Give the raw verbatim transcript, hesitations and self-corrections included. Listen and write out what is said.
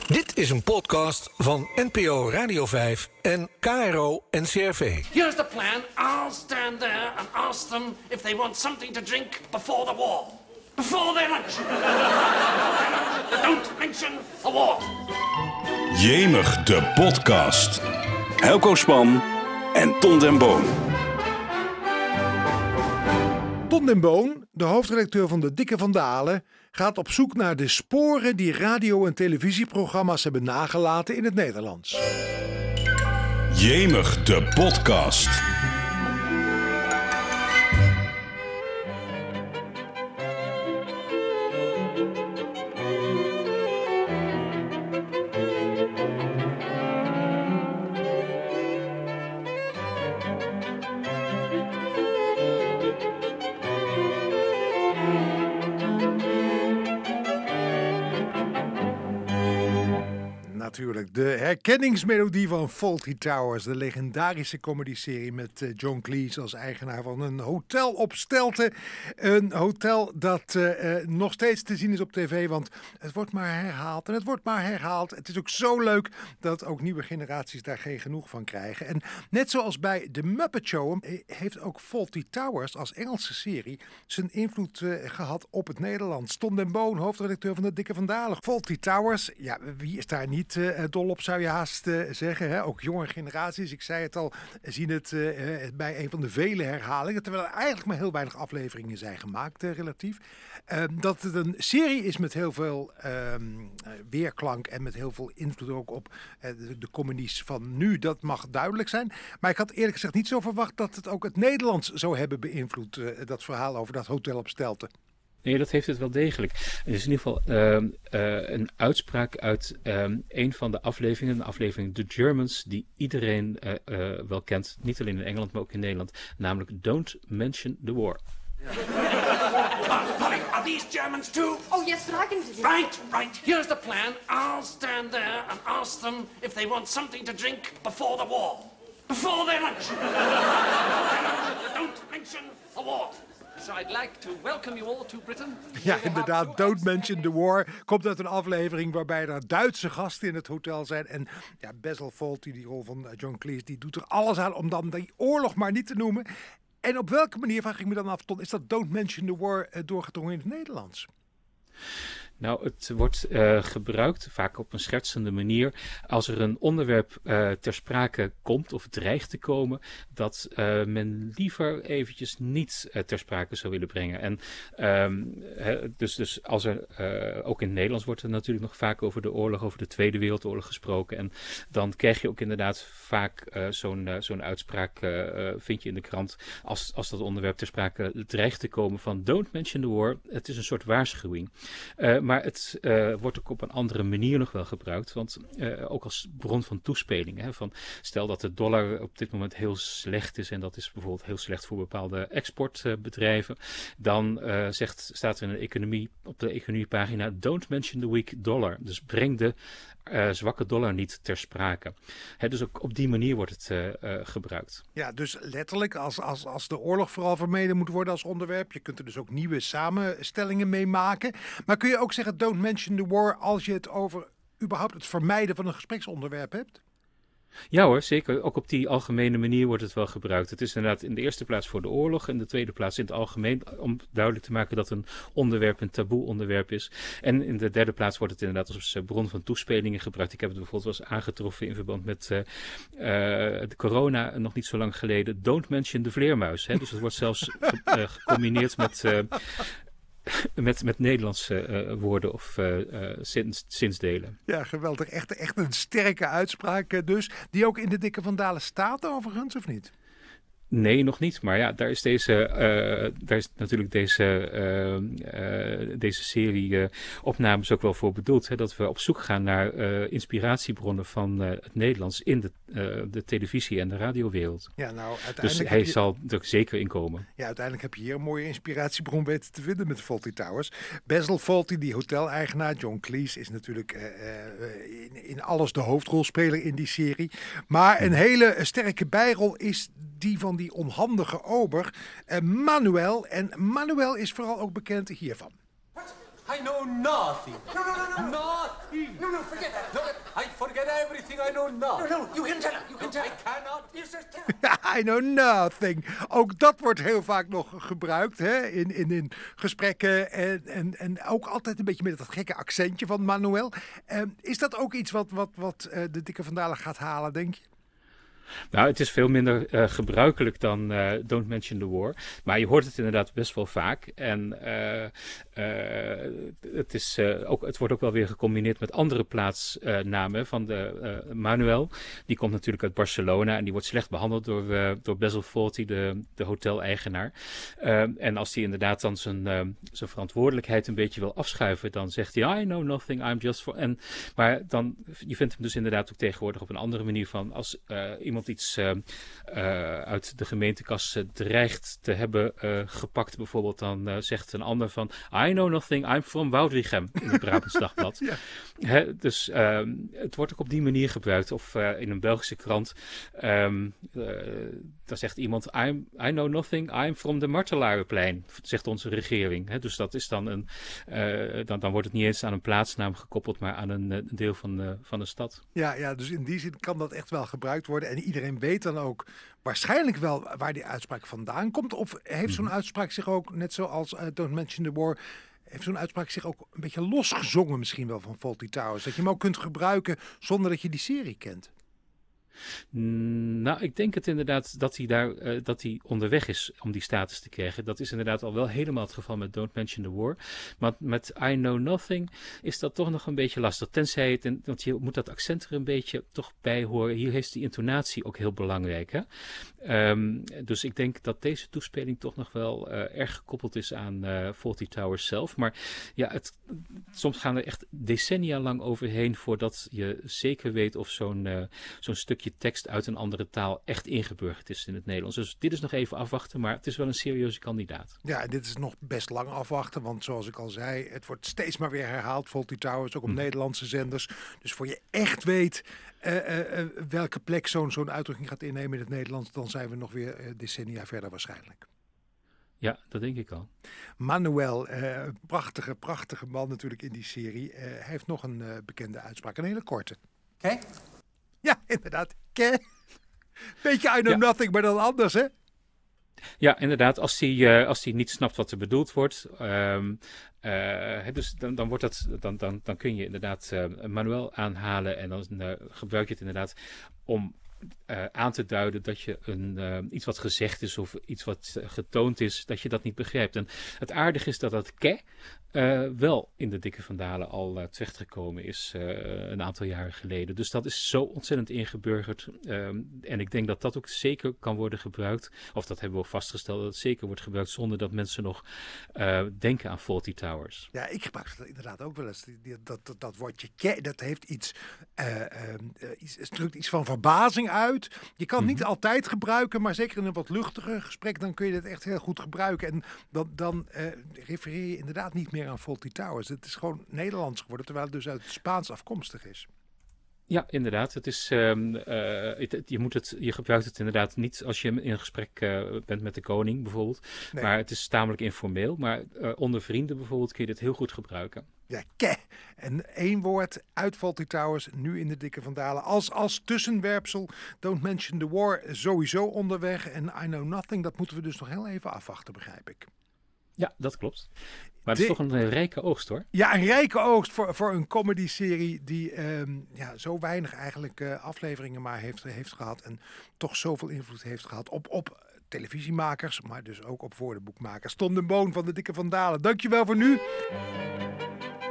Dit is een podcast van N P O Radio vijf en K R O N C R V. Here's the plan. I'll stand there and ask them if they want something to drink before the war. Before their lunch. Don't mention the war. Jemig, de podcast. Helco Span en Ton den Boon. Ton den Boon, de hoofdredacteur van De Dikke Van Dalen, gaat op zoek naar de sporen die radio- en televisieprogramma's hebben nagelaten in het Nederlands. Jemig, de podcast. Natuurlijk, de herkenningsmelodie van Fawlty Towers, de legendarische comedyserie met John Cleese als eigenaar van een hotel op Stelten. Een hotel dat uh, uh, nog steeds te zien is op tv, want het wordt maar herhaald en het wordt maar herhaald. Het is ook zo leuk dat ook nieuwe generaties daar geen genoeg van krijgen. En net zoals bij The Muppet Show heeft ook Fawlty Towers als Engelse serie zijn invloed uh, gehad op het Nederlands. Ton den Boon, hoofdredacteur van De Dikke Van Dalen. Fawlty Towers, ja, wie is daar niet Uh, dol op, zou je haast uh, zeggen. Hè? Ook jonge generaties, ik zei het al, zien het uh, bij een van de vele herhalingen, terwijl er eigenlijk maar heel weinig afleveringen zijn gemaakt, uh, relatief. Uh, dat het een serie is met heel veel uh, weerklank en met heel veel invloed ook op uh, de, de comedies van nu, dat mag duidelijk zijn. Maar ik had eerlijk gezegd niet zo verwacht dat het ook het Nederlands zou hebben beïnvloed, uh, dat verhaal over dat hotel op Stelten. Nee, dat heeft het wel degelijk. Het is in ieder geval uh, uh, een uitspraak uit um, een van de afleveringen, de aflevering The Germans, die iedereen uh, uh, wel kent, niet alleen in Engeland, maar ook in Nederland, namelijk Don't Mention the War. Polly, are these Germans too? Oh, yes, but I can do it. Right, right. Here's the plan. I'll stand there and ask them if they want something to drink before the war. Before their lunch. Don't mention the war. So I'd like to welcome you all to Britain. Ja, inderdaad. Don't Mention the War komt uit een aflevering waarbij er Duitse gasten in het hotel zijn. En ja, Basil Fawlty, die rol van John Cleese, die doet er alles aan om dan die oorlog maar niet te noemen. En op welke manier, vraag ik me dan af, Ton, is dat Don't Mention the War uh, doorgedrongen in het Nederlands? Nou, het wordt uh, gebruikt, vaak op een schertsende manier, als er een onderwerp uh, ter sprake komt of dreigt te komen, dat uh, men liever eventjes niet uh, ter sprake zou willen brengen. En um, he, dus, dus als er, uh, ook in het Nederlands wordt er natuurlijk nog vaak over de oorlog, over de Tweede Wereldoorlog gesproken. En dan krijg je ook inderdaad vaak uh, zo'n, uh, zo'n uitspraak, uh, vind je in de krant, als, als dat onderwerp ter sprake dreigt te komen van Don't Mention the War. Het is een soort waarschuwing. Uh, Maar het uh, wordt ook op een andere manier nog wel gebruikt. Want uh, ook als bron van toespeling. Hè, van stel dat de dollar op dit moment heel slecht is. En dat is bijvoorbeeld heel slecht voor bepaalde exportbedrijven. Uh, dan uh, zegt, staat er in de economie, op de economiepagina: Don't mention the weak dollar. Dus breng de uh, zwakke dollar niet ter sprake. Hè, dus ook op die manier wordt het uh, uh, gebruikt. Ja, dus letterlijk als, als, als de oorlog vooral vermeden moet worden als onderwerp. Je kunt er dus ook nieuwe samenstellingen mee maken. Maar kun je ook zeggen Don't Mention the War als je het over überhaupt het vermijden van een gespreksonderwerp hebt? Ja hoor, zeker. Ook op die algemene manier wordt het wel gebruikt. Het is inderdaad in de eerste plaats voor de oorlog en in de tweede plaats in het algemeen om duidelijk te maken dat een onderwerp een taboe onderwerp is. En in de derde plaats wordt het inderdaad als bron van toespelingen gebruikt. Ik heb het bijvoorbeeld wel eens aangetroffen in verband met uh, uh, de corona nog niet zo lang geleden. Don't mention de vleermuis. Hè? Dus het wordt zelfs ge- uh, gecombineerd met Uh, Met, met Nederlandse uh, woorden of uh, uh, zins, zinsdelen. Ja, geweldig. Echt, echt een sterke uitspraak dus. Die ook in De Dikke Van Dalen staat overigens, of niet? Nee, nog niet. Maar ja, daar is, deze, uh, daar is natuurlijk deze, uh, uh, deze serie uh, opnames ook wel voor bedoeld. Hè, dat we op zoek gaan naar uh, inspiratiebronnen van uh, het Nederlands in de, uh, de televisie- en de radiowereld. Ja, nou, uiteindelijk dus hij je... zal er zeker in komen. Ja, uiteindelijk heb je hier een mooie inspiratiebron weten te vinden met Fawlty Towers. Basil Fawlty, die hoteleigenaar, John Cleese, is natuurlijk uh, uh, in, in alles de hoofdrolspeler in die serie. Maar een hele sterke bijrol is die van die onhandige ober, uh, Manuel. En Manuel is vooral ook bekend hiervan. What? I know nothing. No, no, no, no. Nothing. No, no, forget that. No, I forget everything. I know nothing. No, no, you can tell her. You can tell I her. cannot. Yes, yes, tell her. I know nothing. Ook dat wordt heel vaak nog gebruikt hè? In, in, in gesprekken. En, en, en ook altijd een beetje met dat gekke accentje van Manuel. Uh, is dat ook iets wat, wat, wat uh, de Dikke Van Dalen gaat halen, denk je? Nou, het is veel minder uh, gebruikelijk dan uh, Don't Mention the War. Maar je hoort het inderdaad best wel vaak. En uh, uh, het, is, uh, ook, het wordt ook wel weer gecombineerd met andere plaatsnamen uh, van de uh, Manuel. Die komt natuurlijk uit Barcelona en die wordt slecht behandeld door, uh, door Basil Fawlty, de, de hoteleigenaar. Uh, en als hij inderdaad dan zijn, uh, zijn verantwoordelijkheid een beetje wil afschuiven, dan zegt hij, I know nothing, I'm just for... En, maar dan, je vindt hem dus inderdaad ook tegenwoordig op een andere manier van, als uh, iemand iets uh, uh, uit de gemeentekas uh, dreigt te hebben uh, gepakt bijvoorbeeld, dan uh, zegt een ander van I know nothing, I'm from Woudrichem in het Brabants Dagblad. Ja. Hè, dus uh, het wordt ook op die manier gebruikt. Of uh, in een Belgische krant um, uh, daar zegt iemand I'm, I know nothing, I'm from de Martelarenplein, zegt onze regering. Hè, dus dat is dan een uh, dan, dan wordt het niet eens aan een plaatsnaam gekoppeld, maar aan een, een deel van, uh, van een stad. Ja, ja, dus in die zin kan dat echt wel gebruikt worden. En iedereen weet dan ook waarschijnlijk wel waar die uitspraak vandaan komt. Of heeft zo'n uitspraak zich ook, net zoals uh, Don't Mention the War, heeft zo'n uitspraak zich ook een beetje losgezongen misschien wel van Fawlty Towers? Dat je hem ook kunt gebruiken zonder dat je die serie kent. Nou, ik denk het inderdaad dat hij daar uh, dat hij onderweg is om die status te krijgen. Dat is inderdaad al wel helemaal het geval met Don't Mention the War. Maar met I Know Nothing is dat toch nog een beetje lastig. Tenzij het, in, want je moet dat accent er een beetje toch bij horen. Hier is die intonatie ook heel belangrijk. Hè? Um, dus ik denk dat deze toespeling toch nog wel uh, erg gekoppeld is aan uh, Fawlty Towers zelf. Maar ja, het, soms gaan er echt decennia lang overheen voordat je zeker weet of zo'n, uh, zo'n stukje tekst uit een andere taal echt ingeburgerd is in het Nederlands. Dus dit is nog even afwachten, maar het is wel een serieuze kandidaat. Ja, en dit is nog best lang afwachten, want zoals ik al zei, het wordt steeds maar weer herhaald, Fawlty Towers, ook op hm. Nederlandse zenders. Dus voor je echt weet uh, uh, uh, welke plek zo'n, zo'n uitdrukking gaat innemen in het Nederlands, dan zijn we nog weer uh, decennia verder waarschijnlijk. Ja, dat denk ik al. Manuel, uh, prachtige, prachtige man natuurlijk in die serie. Uh, hij heeft nog een uh, bekende uitspraak, een hele korte. Oké? Ja, inderdaad. Ke. Beetje I know ja. nothing, maar dan anders, hè? Ja, inderdaad. Als hij uh, als hij niet snapt wat er bedoeld wordt, um, uh, dus dan, dan, wordt dat, dan, dan, dan kun je inderdaad uh, Manuel aanhalen en dan uh, gebruik je het inderdaad om Uh, aan te duiden dat je een, uh, iets wat gezegd is of iets wat uh, getoond is, dat je dat niet begrijpt. En het aardige is dat dat ke uh, wel in de Dikke Van Dalen al uh, terechtgekomen is uh, een aantal jaren geleden. Dus dat is zo ontzettend ingeburgerd. Um, en ik denk dat dat ook zeker kan worden gebruikt, of dat hebben we ook vastgesteld, dat het zeker wordt gebruikt zonder dat mensen nog uh, denken aan Fawlty Towers. Ja, ik gebruik dat inderdaad ook wel eens. Dat, dat, dat woordje ke, dat heeft iets, uh, uh, iets, het drukt iets van verbazing uit. Je kan het niet mm-hmm. altijd gebruiken, maar zeker in een wat luchtiger gesprek, dan kun je het echt heel goed gebruiken. En dan, dan uh, refereer je inderdaad niet meer aan Fawlty Towers. Het is gewoon Nederlands geworden, terwijl het dus uit het Spaans afkomstig is. Ja, inderdaad. Het is, um, uh, het, je, moet het, je gebruikt het inderdaad niet als je in een gesprek uh, bent met de koning bijvoorbeeld. Nee. Maar het is tamelijk informeel. Maar uh, onder vrienden bijvoorbeeld kun je dit heel goed gebruiken. Ja, ke. En één woord uit Fawlty Towers, nu in de Dikke Van Dalen. Als, als tussenwerpsel, Don't Mention the War, sowieso onderweg. En I Know Nothing, dat moeten we dus nog heel even afwachten, begrijp ik. Ja, dat klopt. Maar het is de... toch een rijke oogst, hoor. Ja, een rijke oogst voor, voor een comedy-serie die um, ja, zo weinig eigenlijk uh, afleveringen maar heeft, heeft gehad. En toch zoveel invloed heeft gehad op, op televisiemakers, maar dus ook op woordenboekmakers. Tom de Boon van de Dikke Van Dalen, dankjewel voor nu.